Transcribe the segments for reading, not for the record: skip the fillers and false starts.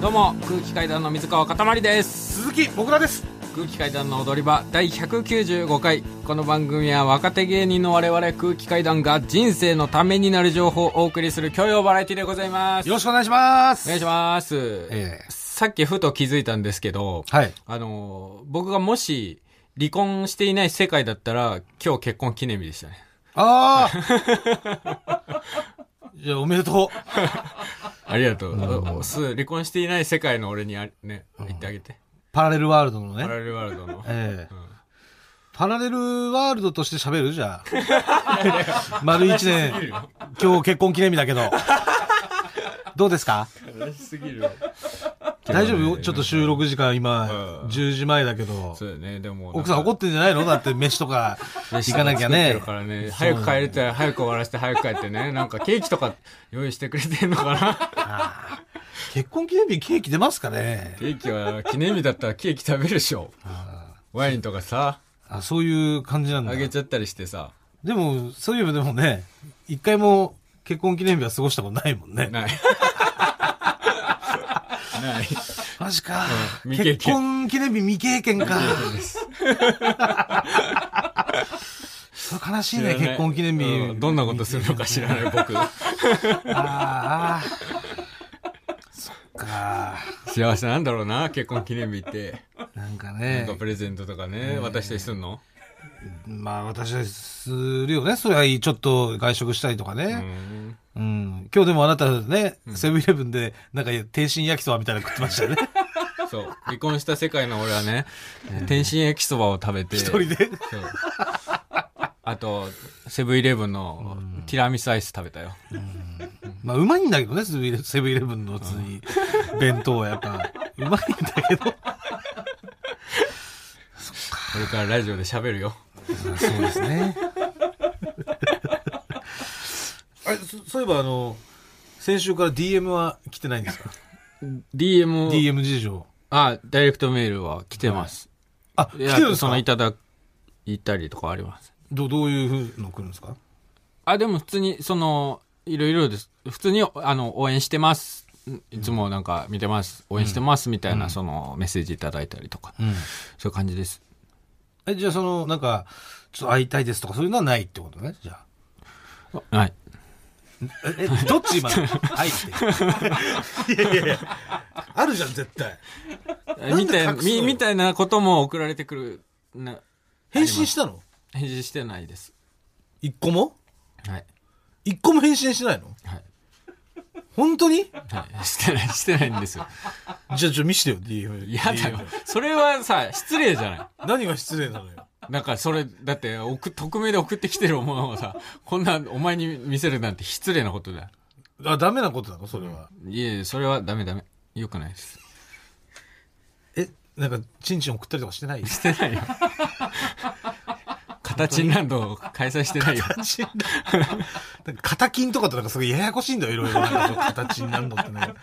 どうも空気階段の水川かたまりです。 鈴木もぐらです。 空気階段の踊り場第195回。この番組は若手芸人の我々空気階段が人生のためになる情報をお送りする教養バラエティでございます。 よろしくお願いします。 お願いします、さっきふと気づいたんですけど、 はい、 僕がもし離婚していない世界だったら今日結婚記念日でしたね。 ああいやおめでとうありがとう、離婚していない世界の俺にね、言ってあげて。 パラレルワールドのね。 パラレルワールドの、 パラレルワールドとして喋るじゃあ丸1年今日結婚記念日だけどどうですか。 悲しすぎる大丈夫？ちょっと収録時間今10時前だけど。 そうだね。でも奥さん怒ってんじゃないの？だって飯とか行かなきゃね。 からね、早く帰りたい、早く終わらせて早く帰ってね。なんかケーキとか用意してくれてんのかな。 結婚記念日ケーキ出ますかね。 ケーキは記念日だったらケーキ食べるでしょ。ワインとかさ。 そういう感じなんだ。 あげちゃったりしてさ。 でもそういえばでもね、一回も結婚記念日は過ごしたことないもんね。 ないない。 マジか、結婚記念日未経験かそれ悲しいね。結婚記念日、 どんなことするのか知らない僕そっか。 幸せなんだろうな、結婚記念日って。 なんかね、 なんかプレゼントとかね、渡したりするの？ まあ私はするよね。それはいい。ちょっと外食したりとかね。今日でもあなたね、セブンイレブンでなんか天津焼きそばみたいなの食ってましたよね。 そう、離婚した世界の俺はね、天津焼きそばを食べて、 一人で。そう。 あとセブンイレブンのティラミスアイス食べたよ。 まあうまいんだけどね、セブンイレブンの普通に弁当はやっぱうまいんだけど。 これからラジオで喋るよ。 そうですね。そういえば先週から DM は来てないんですか？ DM 事情。 ダイレクトメールは来てます。 来てるんですか？ いただいたりとかあります。 どういう風の来るんですか？ でも普通にいろいろです。普通に応援してます。いつもなんか見てます。応援してますみたいなメッセージいただいたりとか、そういう感じです。 じゃあなんかちょっと会いたいですとかそういうのはないってことね。じゃあはい。 どっち今のはいっていやあるじゃん絶対みたいなことも送られてくる返信したの？ 返信してないです。 一個も？ はい。 一個も返信してないの？ はい。 本当に？ はい。してないんですよ。 じゃあ見してよ DM。 嫌だよ。それはさ、失礼じゃない。 何が失礼なのよ。 なんかだって匿名で送ってきてるものをさ、こんなお前に見せるなんて失礼なことだよ。 ダメなことなのそれは？ いえ、それはダメ。よくないです。 なんかチンチン送ったりとかしてない？ してないよ。形ランドを開催してないよ。 なんか肩金とかってなんかすごいややこしいんだよ。いろいろなんか形ランドってね。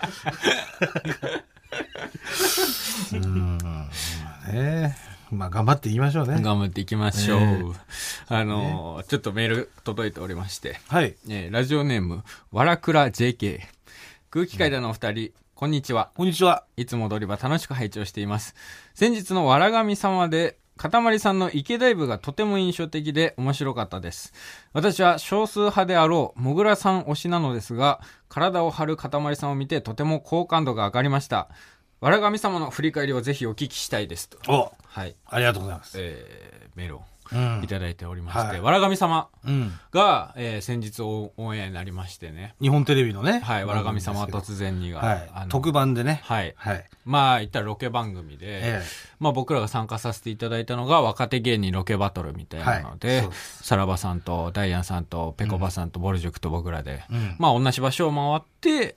まあ頑張っていきましょうね。 頑張っていきましょう。ちょっとメール届いておりまして。 はい。 ラジオネームわらくら JK。空気階段のお二人、こんにちは。 こんにちは。 いつも踊り場楽しく拝聴しています。先日のわらがみ様でかたまりさんの池ダイブがとても印象的で面白かったです。私は少数派であろうもぐらさん推しなのですが、体を張るかたまりさんを見てとても好感度が上がりました。わらがみ様の振り返りをぜひお聞きしたいですと。はい。 ありがとうございます。 メールをいただいておりまして、 はい、 わらがみ様が、先日オンエアになりましてね。 日本テレビのね。 はい。わらがみ様は突然にが、 はい、特番でね。 はい。まあ言ったらロケ番組で、まあ僕らが参加させていただいたのが若手芸人ロケバトルみたいなので、さらばさんとダイアンさんとぺこばさんとボル塾と僕らで、まあ同じ場所を回って、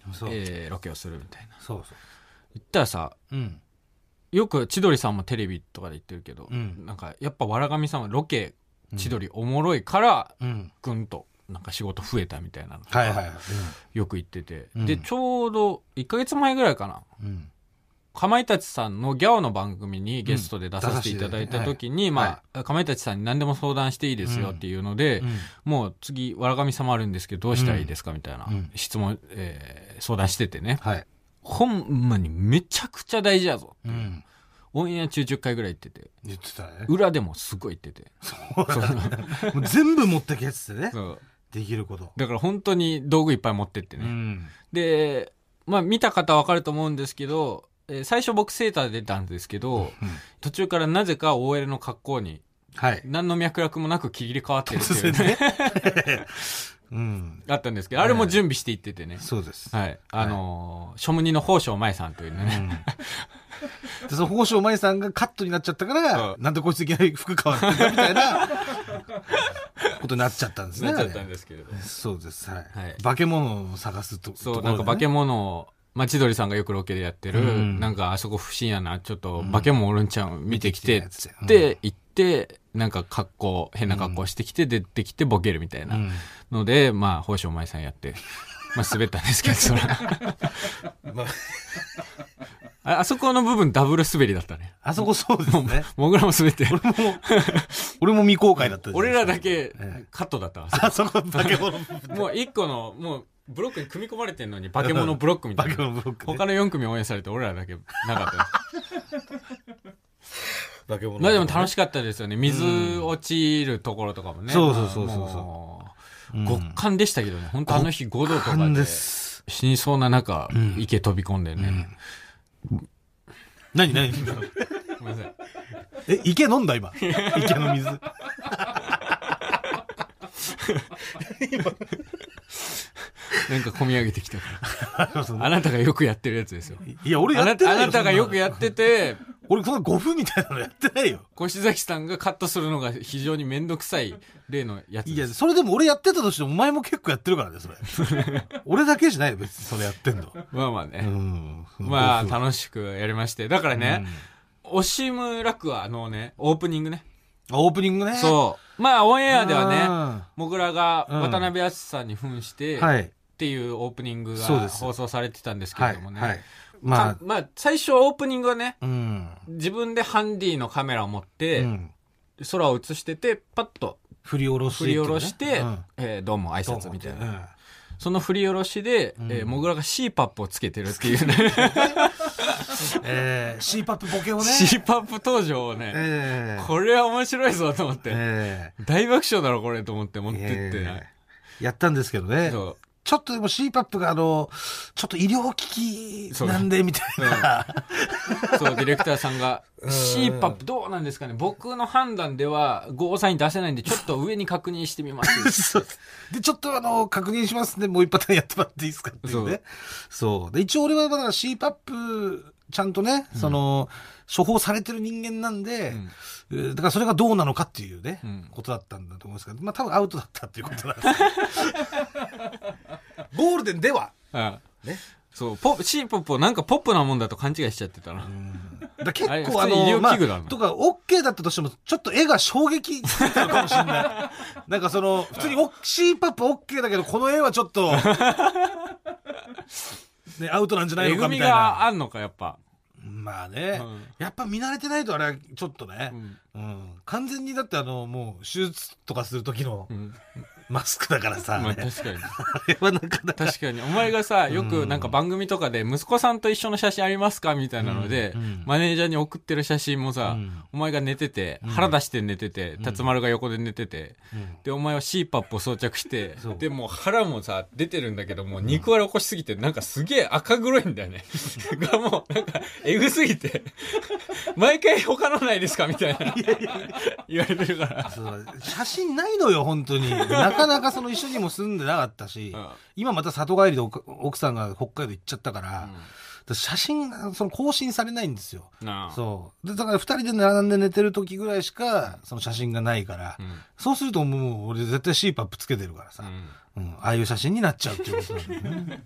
ロケをするみたいな。 そう。 言ったらさ、よく千鳥さんもテレビとかで言ってるけど、なんかやっぱわらがみさんはロケ千鳥おもろいから、ぐんとなんか仕事増えたみたいなのとか、よく言ってて、でちょうど1ヶ月前ぐらいかな、かまいたちさんのギャオの番組にゲストで出させていただいた時に、まあかまいたちさんに何でも相談していいですよっていうので、もう次わらがみ様あるんですけどどうしたらいいですかみたいな質問、相談しててね。 ほんまにめちゃくちゃ大事やぞ。 うん。 オンエア中10回ぐらい言ってて。 言ってたね。 裏でもすごい言ってて。 そうだね。もう全部持ってけっつってね。 そう。 できること。 だから本当に道具いっぱい持ってってね。 うん、 で、まあ見た方わかると思うんですけど、最初僕セーターで出たんですけど、うん、途中からなぜか OL の格好に、 はい、 何の脈絡もなく切り替わってるっていうね。うん、あったんですけど、あれも準備していっててね。 そうです。 はい。書務人の宝生舞さんというね。 でその宝生舞さんがカットになっちゃったから、なんでこいついきなり服変わってんだみたいなことになっちゃったんですね。 なっちゃったんですけれど。 そうです。はい。 はい、 化け物を探すと。 そう、なんか化け物を、千鳥さんがよくロケでやってる、なんかあそこ不審やな、ちょっと化け物おるんちゃう、見てきてって言って、なんか変な格好してきて出てきてボケるみたいなので、まあ、宝生舞さんやって、まあ滑ったんですけど、そら。あそこの部分ダブル滑りだったね。 あそこそうですね。 僕らも滑って。 俺も未公開だった。 俺らだけカットだったわ。 あそこ化け物。 もう一個の、もう、ブロックに組み込まれてんのに化け物ブロックみたいな。 化け物ブロック、 他の4組応援されて俺らだけなかった化け物。 まあでも楽しかったですよね。水落ちるところとかもね。 そうそう。 極寒でしたけどね。本当あの日5度とかで死にそうな中、池飛び込んでね。 何ごめんなさい。池飲んだ今。池の水。 なんか込み上げてきたから。あなたがよくやってるやつですよ。 いや、俺やってないよ。 あなたがよくやってて、 俺そんな5分みたいなのやってないよ。 越崎さんがカットするのが非常にめんどくさい例のやつです。 いや、それでも俺やってたとしてもお前も結構やってるからね、それ。俺だけじゃないよ、別にそれやってんの。 まあまあね。まあ楽しくやりまして。だからね、押村区はオープニングね。 オープニングね。 そう。まあオンエアではね、もぐらが渡辺篤さんに扮して、っていうオープニングが放送されてたんですけれどもね。まあ、最初オープニングはね、自分でハンディのカメラを持って、空を映してて、パッと振り下ろして、どうも挨拶みたいな。その振り下ろしで、もぐらが CPAP をつけてるっていうね。 CPAP ボケをね。 CPAP 登場をね、これは面白いぞと思って、大爆笑だろこれと思って持ってって、 やったんですけどね。ちょっとでも CPAP がちょっと医療機器なんでみたいな。 そう、ディレクターさんが CPAP どうなんですかね、僕の判断ではゴーサイン出せないんでちょっと上に確認してみますでちょっと確認しますね、もう一パターンやってもらっていいですかっていうね。そうで一応俺はだから CPAP ちゃんとね、処方されてる人間なんで、だからそれがどうなのかっていうね、ことだったんだと思うんですけど、まあ多分アウトだったっていうことなんですゴールデンでは、 ね、そう、CPAP をなんかポップなもんだと勘違いしちゃってたな。 だ結構医療器具だな、とか OK だったとしてもちょっと絵が衝撃ついたのかもしれないなんか普通に CPAP OK だけどこの絵はちょっとね、アウトなんじゃないのかみたいな。えぐみがあんのか、やっぱ。 まあね、やっぱ見慣れてないとあれはちょっとね、完全にだってもう手術とかする時の、マスクだからさ。 まあ確かに。 あれはなかなか。 確かに。お前がさ、よくなんか番組とかで息子さんと一緒の写真ありますかみたいなので、マネージャーに送ってる写真もさ、お前が寝てて、腹出して寝てて、辰丸が横で寝てて、で、お前は CPAP を装着して、で、もう腹もさ、出てるんだけど、もう肉割れ起こしすぎて、なんかすげえ赤黒いんだよね。がもう、なんか、えぐすぎて、毎回他のないですかみたいな。言われてるから。 写真ないのよ、本当に。なかなか一緒にも住んでなかったし、今また里帰りで奥さんが北海道行っちゃったから、写真が更新されないんですよ。そうでだから2人で並んで寝てる時ぐらいしかその写真がないから、そうするともう俺絶対 CPAP つけてるからさ、ああいう写真になっちゃうっていうことなんだよね。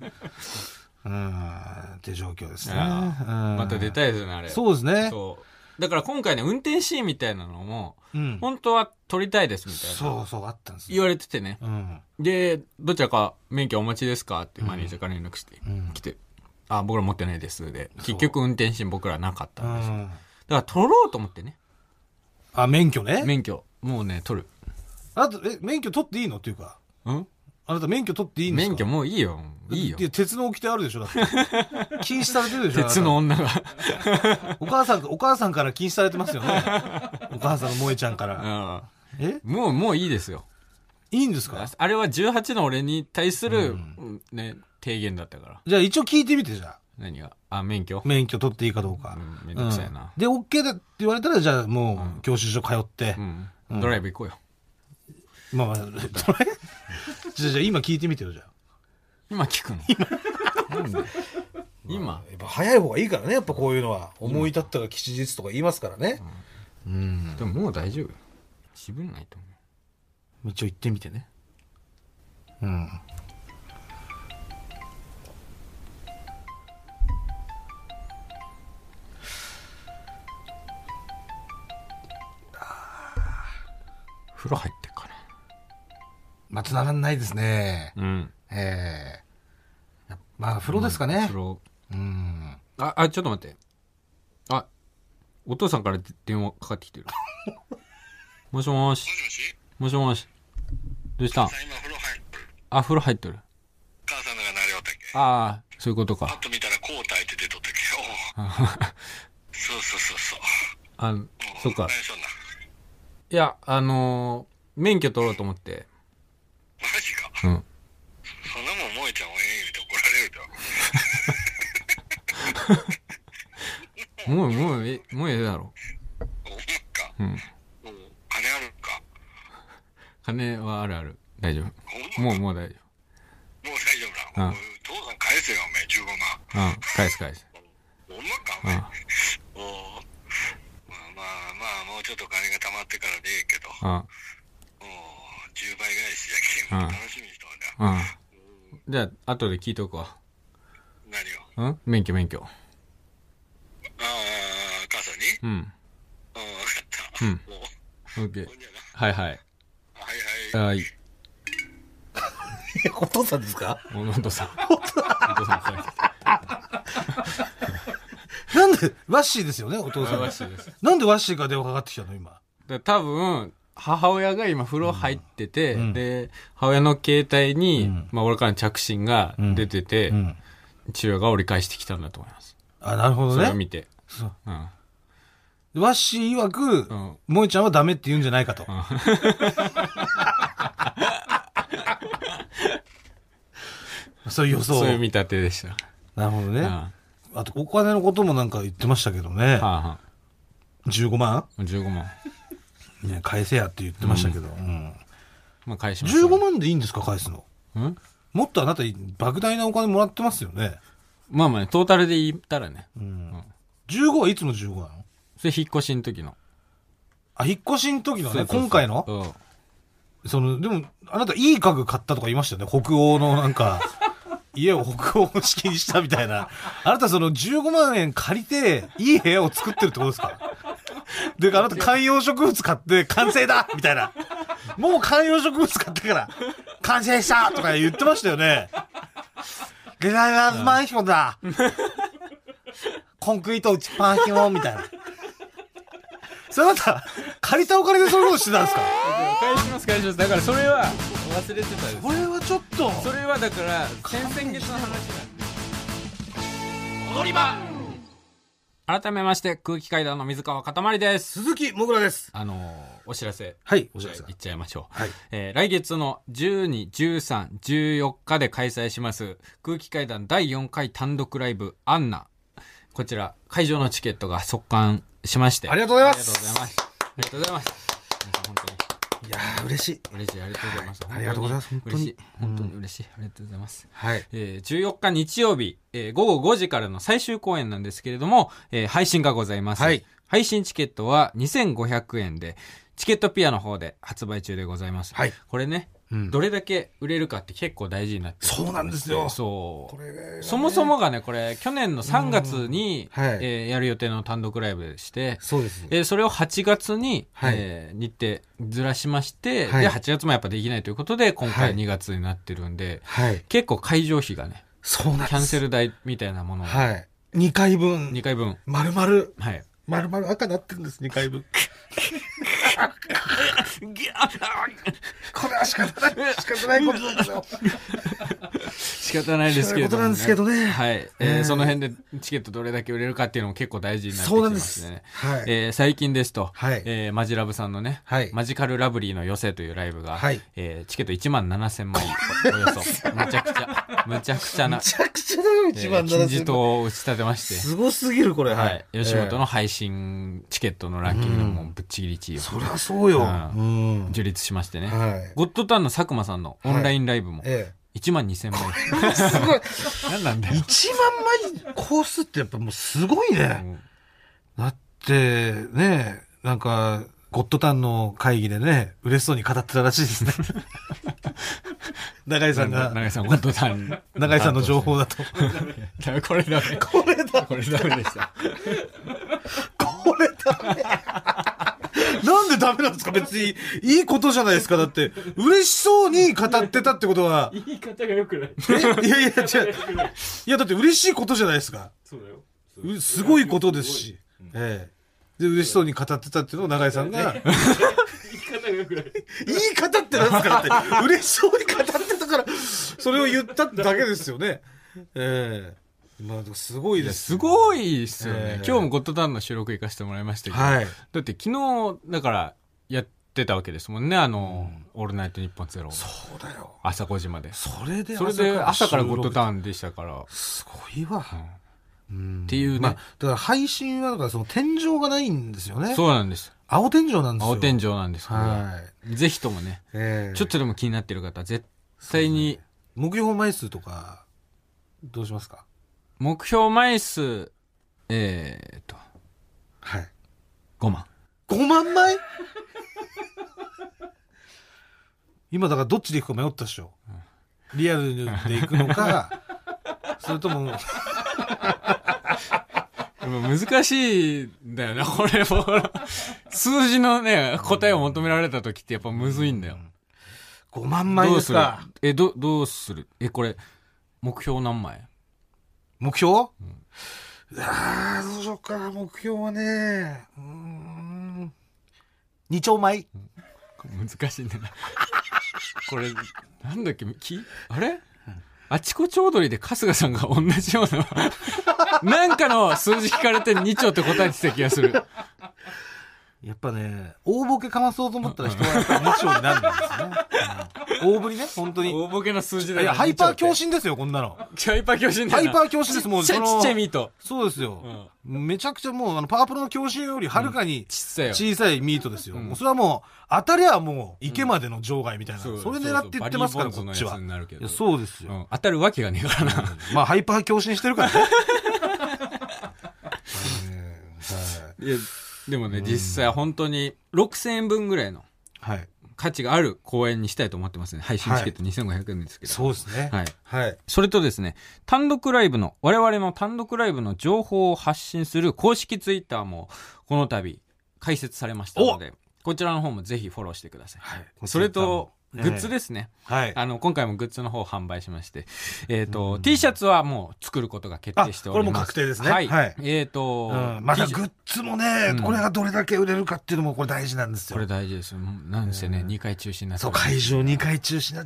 って状況ですね。 また出たいですね、あれ。 そうですね。 だから今回ね、運転シーンみたいなのも、本当は撮りたいですみたいな。 そう、あったんですよ。 言われててね。で、どちらか免許お持ちですかってマネージャーから連絡して来て、僕ら持ってないですで、結局運転シーン僕らなかったんですよ。だから撮ろうと思ってね。 免許ね。 免許。もうね、取る。 あと、免許取っていいのっていうか。 あなた免許取っていいんですか？ 免許もういいよ。いいよ。 鉄の掟あるでしょだって。禁止されてるでしょ鉄の女が。 お母さんから禁止されてますよね。お母さんの萌ちゃんから。 もういいですよ。 いいんですか？ あれは18の俺に対する、ね、提言だったから。 じゃあ一応聞いてみて、じゃあ。 何が？免許取っていいかどうか。 めんどくさいな。 で、OK だって言われたら、じゃあもう、教習所通って。 ドライブ行こうよ。 まあまあ、じゃあ今聞いてみてよ、じゃあ。 今聞くの？なんで今やっぱ早い方がいいからね、やっぱこういうのは。思い立ったが吉日とか言いますからね。 でももう大丈夫。渋んないと思う。一応行ってみてね。 風呂入ってっかな。 まあ、繋がんないですね。まあ、風呂ですかね。 風呂。ちょっと待って。お父さんから電話かかってきてる。もしもし。もしもし。どうしたん？今風呂入っとる。風呂入っとる。 母さんのがなりおったっけ？ そういうことか。 パッと見たら交代って出とったっけよ。そう。 そっか。いや、免許取ろうと思って。 マジか。そんなもん萌ちゃんを言うて怒られると。 もうええだろ。 ほんまか。金あるか。 金はある。大丈夫。もう大丈夫。 もう大丈夫な。父さん返せよ、お前、15万。 返す。 ほんまか、お前。まあ、もうちょっと金が貯まってからでええけど。10倍返しやけん、楽しみにしとんだ。 じゃあ、後で聞いとくわ。 何を？ 免許。 母さんに？分かった。もう。オッケー。はい。はい。 お父さんですか？ お父さん。 なんで、ワッシーですよね、お父さん。 ワッシーです。 なんでワッシーから電話かかってきたの、今。 多分、母親が今風呂入ってて、で、母親の携帯に、俺からの着信が出てて、父親が折り返してきたんだと思います。 なるほどね。 それを見て。 ワッシー曰く、萌ちゃんはダメって言うんじゃないかと。そういう予想。 そういう見立てでした。 なるほどね。あと、お金のこともなんか言ってましたけどね。15万 ?15 万。 ね、返せやって言ってましたけど。 まあ返します。 15万でいいんですか、返すの。もっとあなた、莫大なお金もらってますよね。 まあまあ、トータルで言ったらね。 15はいつの15なの？ それ引っ越しの時の。 引っ越しの時のね、今回の？でも、あなたいい家具買ったとか言いましたよね。北欧のなんか、家を北欧式にしたみたいな。あなたその15万円借りて、いい部屋を作ってるってことですか？で、あなた観葉植物買って完成だみたいな。もう観葉植物買ってから、完成したとか言ってましたよね。デザイナーズマンションだコンクリート打ちっぱなしのみたいな。それあなた、借りたお金でそういうことしてたんですか？ 返します。だからそれは忘れてたです。 これはちょっと。 それはだから、先々月の話なんで。踊り場改めまして、空気階段の水川かたまりです。 鈴木もぐらです。 お知らせ。 はい、お知らせ。 いっちゃいましょう。 はい。 来月の12、13、14日で開催します、空気階段第4回単独ライブ、アンナ。こちら、会場のチケットが即完しまして。 ありがとうございます。 ありがとうございます。皆さん本当に。 いやー、嬉しい。 ありがとうございます。 ありがとうございます。本当に嬉しい。ありがとうございます。 はい。 14日日曜日、午後5時からの最終公演なんですけれども、配信がございます。 はい。 配信チケットは2500円で、チケットピアの方で発売中でございます。 はい。 これね、どれだけ売れるかって結構大事になってる。 そうなんですよ。 そう。 これね、 そもそもがね、これ、去年の3月に、 はいやる予定の単独ライブでして、 そうです。 それを8月に、 はい、 日程ずらしまして、 はい、 で、8月もやっぱできないということで、今回2月になってるんで、 はい、 結構会場費がね、 そうなんです。 キャンセル代みたいなものを、 はい、2回分。 2回分。 丸々。 はい。 丸々赤なってるんです、2回分。 これは仕方ないことなんですよ。 仕方ないですけど、 そういうことなんですけどね。 はい。その辺でチケットどれだけ売れるかっていうのも結構大事になってきてますね。 はい。 最近ですと、 はい。 マジラブさんのね、 はい。 マジカルラブリーの寄せというライブが、 はい。 チケット17,000枚およそ。むちゃくちゃな。 むちゃくちゃだよ、1万7,000枚。 金字塔を打ち立てまして。 すごすぎる、これ。 はい。吉本の配信チケットのランキングでもぶっちぎり1位を。 そりゃそうよ。 樹立しましてね。 はい。 ゴッドタンの佐久間さんのオンラインライブも、12,000枚。 すごい。 何なんだよ。 1万枚コースってやっぱもうすごいね。だって、ね、なんか、ゴッドタンの会議でね、嬉しそうに語ってたらしいですね。永井さんが。 永井さん、ゴッドタン。 永井さんの情報だと。 これダメ。これダメでした。 これダメ。なんでダメなんですか？別にいいことじゃないですか。だって嬉しそうに語ってたってことは言い方が良くない。 いや違う。いやだって嬉しいことじゃないですか。 そうだよ。 すごいことですし、で嬉しそうに語ってたっていうのを永井さんが言い方が良くない。 言い方ってなんですか？だって嬉しそうに語ってたからそれを言っただけですよね。まあ、すごいです。 すごいっすよね。今日もゴッドタンの収録行かせてもらいましたけど、はい、だって昨日だからやってたわけですもんね。オールナイトニッポンゼロ。 そうだよ。 朝5時まで。 それで朝からゴッドタンでしたから。 すごいわ。 っていうね。 まあ、だから配信はだからその天井がないんですよね。 そうなんです。 青天井なんですよ。 青天井なんです。 はい。 ぜひともね、ちょっとでも気になってる方は絶対に。 目標枚数とかどうしますか？ 目標枚数、はい。5万。 5万枚今だからどっちで行くか迷ったでしょ。リアルで行くのか、それとも。 難しいんだよね。これも、数字のね、答えを求められた時ってやっぱむずいんだよ。 5万枚ですか？ どうする？これ、目標何枚？ 目標？どうしようかな。目標はね、2兆枚。 難しいんだな。これ、なんだっけ、あれ？あちこち踊りで春日さんが同じような、なんかの数字聞かれて2兆って答えてた気がする。 やっぱね、大ボケかまそうと思ったら人はやっぱり2兆になるんですね。大ぶりね、本当に。 大ボケの数字だよ。 いや、ハイパー強心ですよ、こんなの。 ハイパー強心だよ。 ハイパー強心です、もう。 ちっちゃいミート。 そうですよ。めちゃくちゃもう、パワプロの強心よりはるかに小さいミートですよ。もうそれはもう、当たりはもう、池までの場外みたいな。それ狙って言ってますから、こっちは。そうですよ。 当たるわけがねえからな。 まあ、ハイパー強心してるからね。 いや、でもね、実際本当に6,000円分ぐらいの価値がある公演にしたいと思ってますね。配信チケット2,500円ですけど。 そうですね。 はい。それとですね、我々の単独ライブの情報を発信する公式ツイッターもこの度開設されましたので、こちらの方もぜひフォローしてください。それと、グッズですね。今回もグッズの方を販売しまして、T シャツはもう作ることが決定しております。 これも確定ですね。 はい。 またグッズもね、これがどれだけ売れるかっていうのもこれ大事なんですよ。 これ大事ですよ。なんですよね、2回中止になって。 そう、会場2回中止になって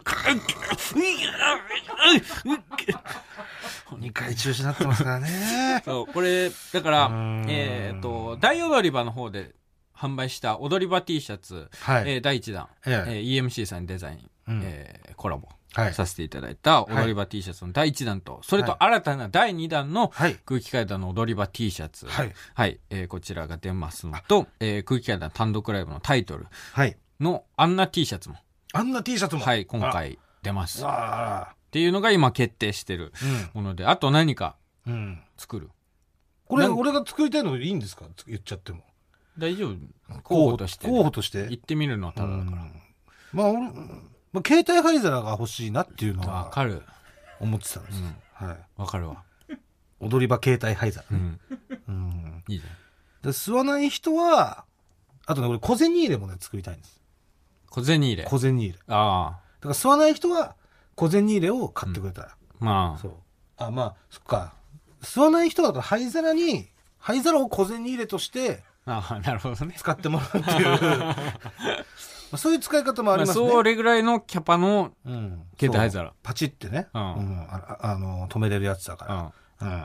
。2回中止になってますからね。 そう、これ、だから、大踊り場の方で、販売した踊り場 T シャツ、第1弾、EMC さんにデザイン、コラボさせていただいた踊り場 T シャツの第1弾と、それと新たな第2弾の空気階段の踊り場 T シャツ、こちらが出ますのと、空気階段単独ライブのタイトルのあんな T シャツも、今回出ます。っていうのが今決定してるもので、あと何か作る。 これ俺が作りたいのいいんですか？言っちゃっても。 大丈夫。候補として行ってみるのはただだから。 まあ携帯灰皿が欲しいなっていうのは分かる。 思ってたんです。 分かるわ。 踊り場携帯灰皿。 いいじゃん。吸わない人は、あとね、俺小銭入れもね作りたいんです。 小銭入れ。 だから吸わない人は小銭入れを買ってくれたら。 まあ。 そう。そっか。吸わない人だと灰皿を小銭入れとしてあ、なるほどね。 使ってもらうっていうそういう使い方もありますね。 それぐらいのキャパの携帯灰皿。 パチってね、止めれるやつだから。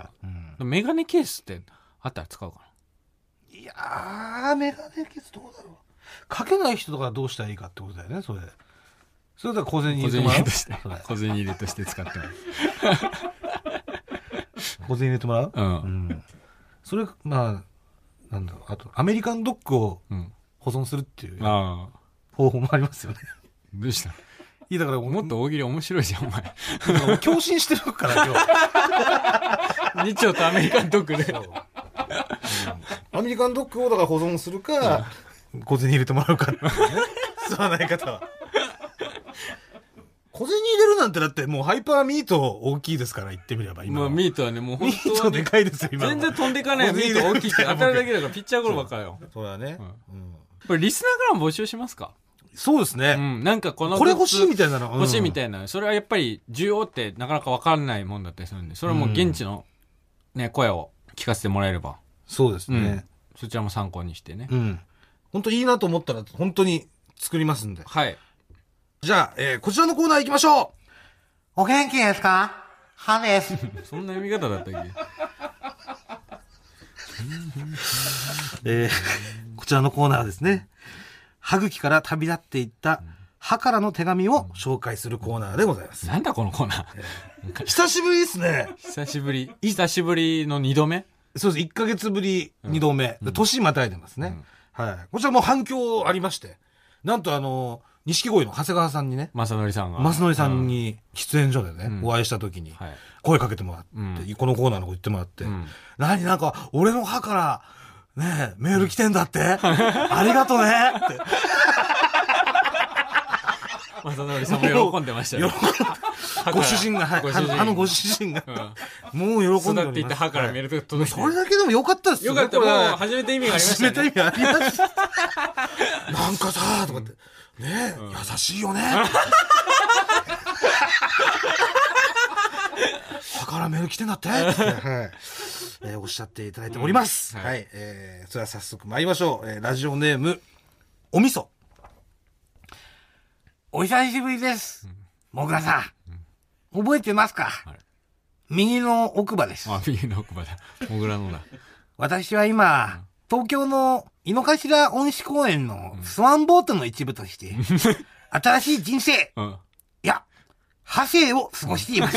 メガネケースってあったら使うかな。いやー、メガネケースどうだろう。かけない人とかどうしたらいいかってことだよね、それ。それだから小銭入れてもらう。 小銭入れとして使ってもらう。 小銭入れてもらう。それ、まあ、なんだろう。あと、アメリカンドッグを保存するっていう方法もありますよね。 どうした？ いやだからもっと大喜利面白いじゃん、お前。 共振してるから今日曜とアメリカンドッグで。 アメリカンドッグをだから保存するか、小銭入れてもらうかっていうね。吸わない方は。小銭入れるなんてだってもうハイパーミート大きいですから言ってみれば今。 まあミートはね、もう本当に。 ミートでかいですよ今。 全然飛んでいかないミート大きいって当たるだけだからピッチャーゴロばっかよ。 そうだね。 これリスナーからも募集しますか？ そうですね。 なんかこれ欲しいみたいなの。 欲しいみたいな。それはやっぱり需要ってなかなか分かんないもんだったりするんで、それはもう現地のね、声を聞かせてもらえれば。 そうですね。 そちらも参考にしてね。 本当いいなと思ったら本当に作りますんで。 はい。 じゃあ、こちらのコーナー行きましょう。お元気ですか？歯です。 そんな読み方だったっけこちらのコーナーはですね、歯茎から旅立っていった歯からの手紙を紹介するコーナーでございます。 なんだこのコーナー。久しぶりですね。 久しぶりの2度目？ そうです。1ヶ月ぶり2度目。年またいでますね。はい。こちらも反響ありまして、なんと錦鯉の長谷川さんにね、 正則さんに喫煙所でね、お会いした時に声かけてもらって、このコーナーのこと言ってもらって、なんか俺の歯からねメール来てんだってありがとねって正則さんも喜んでましたね。 ご主人が、ご主人が、もう喜んで育っていった歯からメール届いて。 それだけでもよかったですよ。 よかった。もう初めて意味がありましたね。 初めて意味ありました。なんかさ、とかって、ね優しいよね。歯からメール来てんだって。おっしゃっていただいております。はい。それは早速参りましょう。ラジオネーム、おみそ。お久しぶりです。もぐらさん。覚えてますか？右の奥歯です。 右の奥歯だ。もぐらのだ。 私は今、東京の井の頭恩賜公園のスワンボートの一部として、新しい人生、いや、派生を過ごしています。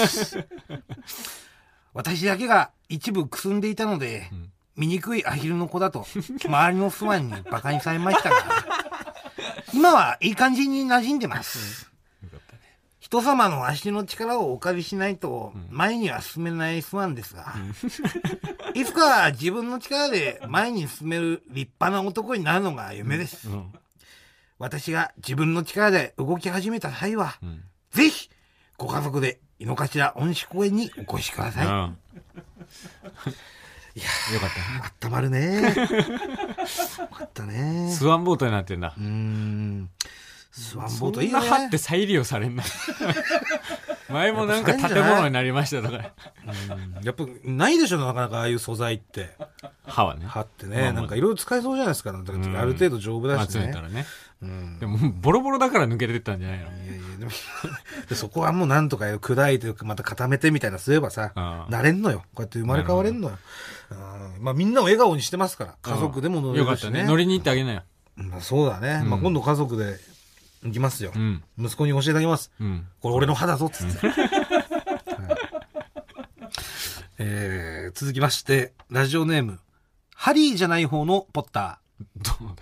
私だけが一部くすんでいたので、醜いアヒルの子だと、周りのスワンに馬鹿にされましたが、今はいい感じに馴染んでます。人様の足の力をお借りしないと前には進めないスワンですが、いつか自分の力で前に進める立派な男になるのが夢です。私が自分の力で動き始めた際は、ぜひご家族で井の頭恩賜公園にお越しください。いやよかったね。温まるね。よかったね。 スワンボートになってんだ。 スワンボートいいね。 そんな歯って再利用されんの？前もなんか建物になりましたとか。 やっぱないでしょ、なかなかああいう素材って。 歯はね。 歯ってね、なんかいろいろ使えそうじゃないですか。だからある程度丈夫だしね。 集めたらね。でもボロボロだから抜けてったんじゃないの？ でもそこはもうなんとか砕いてまた固めてみたいなすればさ、なれんのよ。こうやって生まれ変われんのよ。まあみんなを笑顔にしてますから、家族でも乗れるしね。 よかったね。乗りに行ってあげなよ。 そうだね。まあ今度家族で行きますよ。息子に教えてあげます。これ俺の歯だぞっつって。続きまして、ラジオネーム、ハリーじゃない方のポッター。 どうだよ。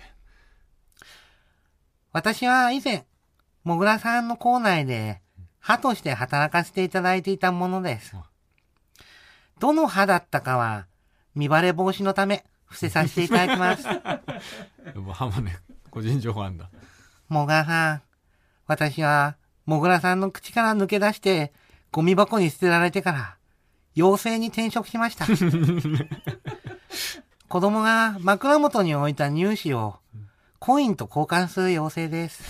私は以前、もぐらさんの校内で、歯として働かせていただいていたものです。どの歯だったかは、見バレ防止のため、伏せさせていただきます。 歯もね、個人情報あんだ。 もぐらさん、私は、もぐらさんの口から抜け出して、ゴミ箱に捨てられてから、妖精に転職しました。子供が枕元に置いた乳歯を、コインと交換する妖精です。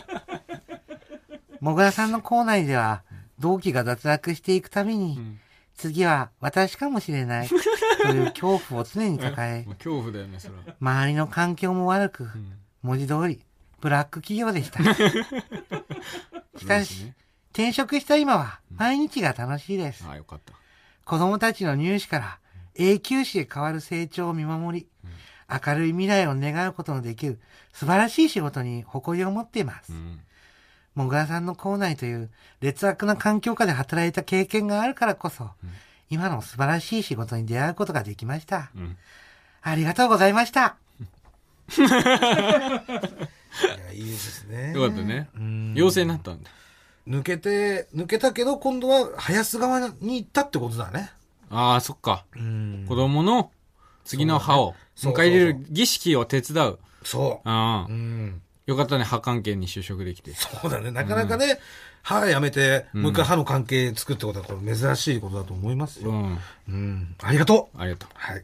もぐらさんの校内では、同期が脱落していくたびに、 次は私かもしれないという恐怖を常に抱え、 恐怖だよねそれは。 周りの環境も悪く、文字通りブラック企業でした。しかし、転職した今は毎日が楽しいです。 ああ、よかった。 子供たちの入試から永久歯へ変わる成長を見守り、明るい未来を願うことのできる素晴らしい仕事に誇りを持っています。もぐらさんの校内という劣悪な環境下で働いた経験があるからこそ、今の素晴らしい仕事に出会うことができました。ありがとうございました。 いや、いいですね。 よかったね。陽性になったんだ。 抜けたけど今度は林側に行ったってことだね。 ああ、そっか。子供の次の歯を迎え入れる儀式を手伝う。 そう。 ああ。よかったね、歯関係に就職できて。 そうだね。なかなかね、歯やめて、もう一回歯の関係作ってことはこれ珍しいことだと思いますよ。ありがとう。 ありがとう。 はい。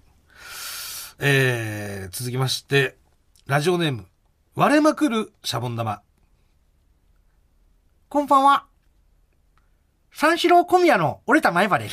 続きまして、ラジオネーム、割れまくるシャボン玉。 こんばんは。三四郎小宮の折れた前歯です。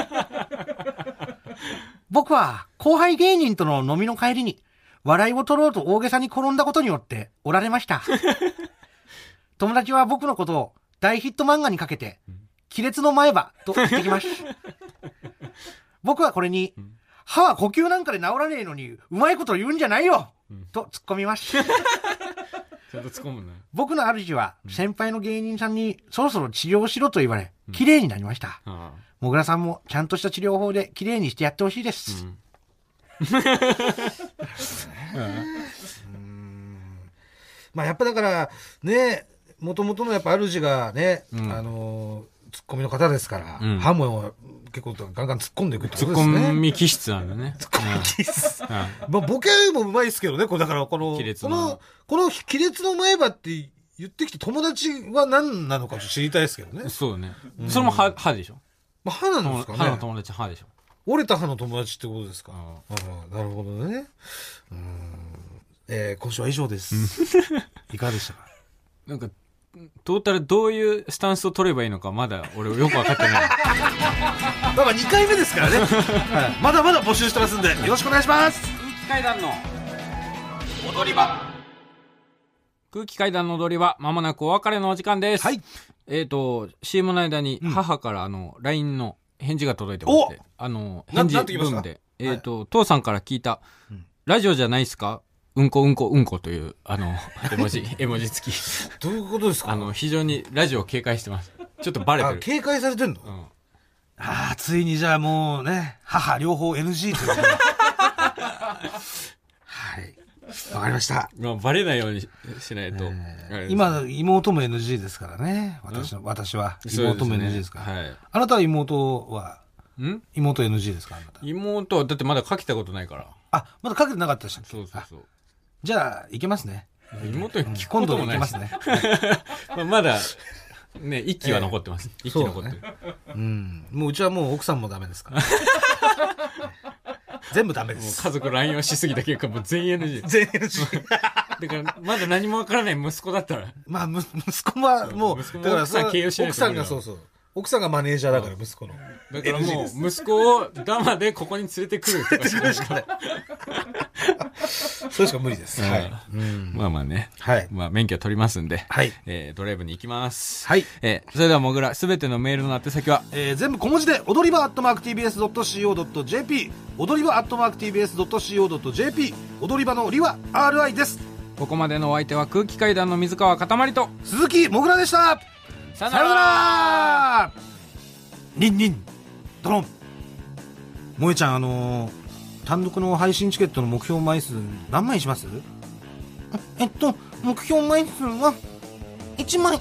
僕は後輩芸人との飲みの帰りに笑いを取ろうと大げさに転んだことによっておられました。友達は僕のことを大ヒット漫画にかけて、亀裂の前歯と言ってきます。僕はこれに、歯は呼吸なんかで治らねえのにうまいこと言うんじゃないよ、と突っ込みます。 ちゃんと突っ込むね。 僕の主は先輩の芸人さんにそろそろ治療しろと言われ、綺麗になりました。もぐらさんもちゃんとした治療法で綺麗にしてやってほしいです。 まあやっぱだからね、もともとのやっぱ主がね、ツッコミの方ですから、歯も結構ガンガン突っ込んでいくってことですね。 ツッコミ気質なんだね。 ツッコミ気質。まあボケもうまいですけどね、これだからこの亀裂の前歯って言ってきて友達は何なのか知りたいですけどね。 そうね。それも歯でしょ。 まあ歯なんですかね。 歯の友達歯でしょ。 折れた歯の友達ってことですか。なるほどね。今週は以上です。いかがでしたか。 なんかトータルどういうスタンスを取ればいいのかまだ俺よく分かってない。 まあ2回目ですからね。まだまだ募集してますんでよろしくお願いします。 空気階段の踊り場。空気階段の踊り場、まもなくお別れのお時間です。 はい。 CM の間に母からLINE の返事が届いてまして、返事文で、父さんから聞いた、ラジオじゃないっすか、うんこうんこうんこという、絵文字付き。 どういうことですか。 非常にラジオを警戒してます。ちょっとバレてる。 警戒されてんの。ついにじゃあもうね、母両方 NG ということで。はい。わかりました。 バレないようにしないと。 今、妹も NG ですからね。私は。妹も NG ですから。あなたは妹は妹 NG ですか。 妹はだってまだかけたことないから。 まだかけてなかったでしたっけ。 そうそうそう。 じゃあいけますね。 妹に聞くこともないしね。まだね、一期は残ってます。一期残ってる。 もううちはもう奥さんもダメですから。全部ダメです。 家族 LINE をしすぎた結果もう全員 NG。 全員 NG。 だからまだ何もわからない息子だったら。 まあ息子はもうだから奥さんがそうそう。奥さんがマネージャーだから息子の。 だからもう息子をダマでここに連れてくるとかしかない。 それしか無理です。はい。 まあまあね。 はい。 まあ免許取りますんで。 はい。 ドライブに行きます。 はい。 それではもぐら、すべてのメールの宛先は全部小文字で踊り場@tbs.co.jp 踊り場@tbs.co.jp 踊り場のりは RI です。 ここまでのお相手は空気階段の水川かたまりと鈴木もぐらでした。 さよなら。 ニンニンドロン。萌えちゃん単独の配信チケットの目標枚数何枚にします？ 目標枚数は1枚。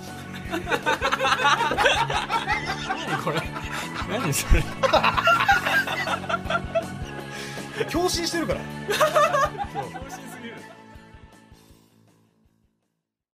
これ何それ。 共振してるから。 共振すぎる。